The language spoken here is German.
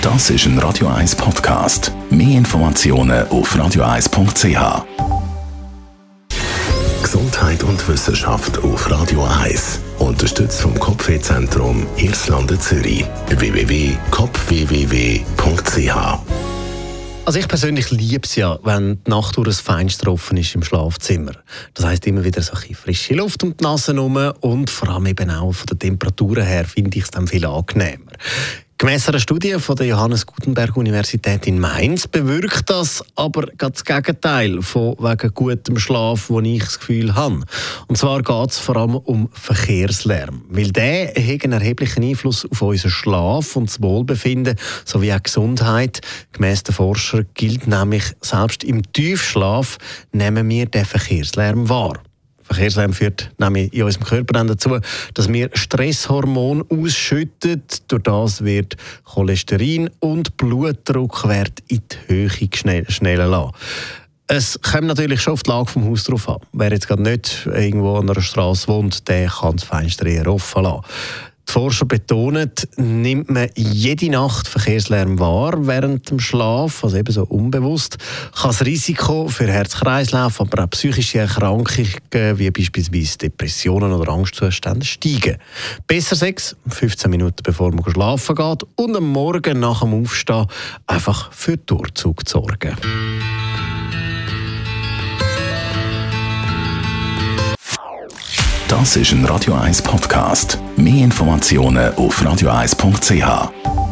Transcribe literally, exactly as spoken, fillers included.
Das ist ein Radio eins Podcast. Mehr Informationen auf radio eins punkt c h. Gesundheit und Wissenschaft auf Radio eins. Unterstützt vom Kopfwehzentrum Irlande Zürich. w w w punkt kopf w w w punkt c h. Also ich persönlich liebe es ja, wenn die Nacht durch ein Fenster offen ist im Schlafzimmer. Das heisst immer wieder so ein bisschen frische Luft um die Nase herum und vor allem eben auch von der Temperatur her finde ich es dann viel angenehmer. Gemäss einer Studie von der Johannes Gutenberg Universität in Mainz bewirkt das aber gerade das Gegenteil von wegen gutem Schlaf, wo ich das Gefühl habe. Und zwar geht es vor allem um Verkehrslärm. Weil der hat einen erheblichen Einfluss auf unseren Schlaf und das Wohlbefinden sowie auch Gesundheit. Gemäss den Forschern gilt nämlich, selbst im Tiefschlaf nehmen wir den Verkehrslärm wahr. Verkehrslärm führt nämlich in unserem Körper dann dazu, dass wir Stresshormone ausschütten. Durch das wird Cholesterin und Blutdruckwert in die Höhe schnell, schneller lassen. Es kommt natürlich schon auf die Lage vom Haus drauf an. Wer jetzt gerade nicht irgendwo an einer Straße wohnt, der kann das Fenster eher offen lassen. Die Forscher betonen, nimmt man jede Nacht Verkehrslärm wahr während dem Schlaf, also eben so unbewusst, kann das Risiko für Herz-Kreislauf, aber auch psychische Erkrankungen wie beispielsweise Depressionen oder Angstzustände steigen. Besser sechs, fünfzehn Minuten bevor man schlafen geht und am Morgen nach dem Aufstehen einfach für Durchzug zu sorgen. Das ist ein Radio eins Podcast. Mehr Informationen auf radio eins punkt c h.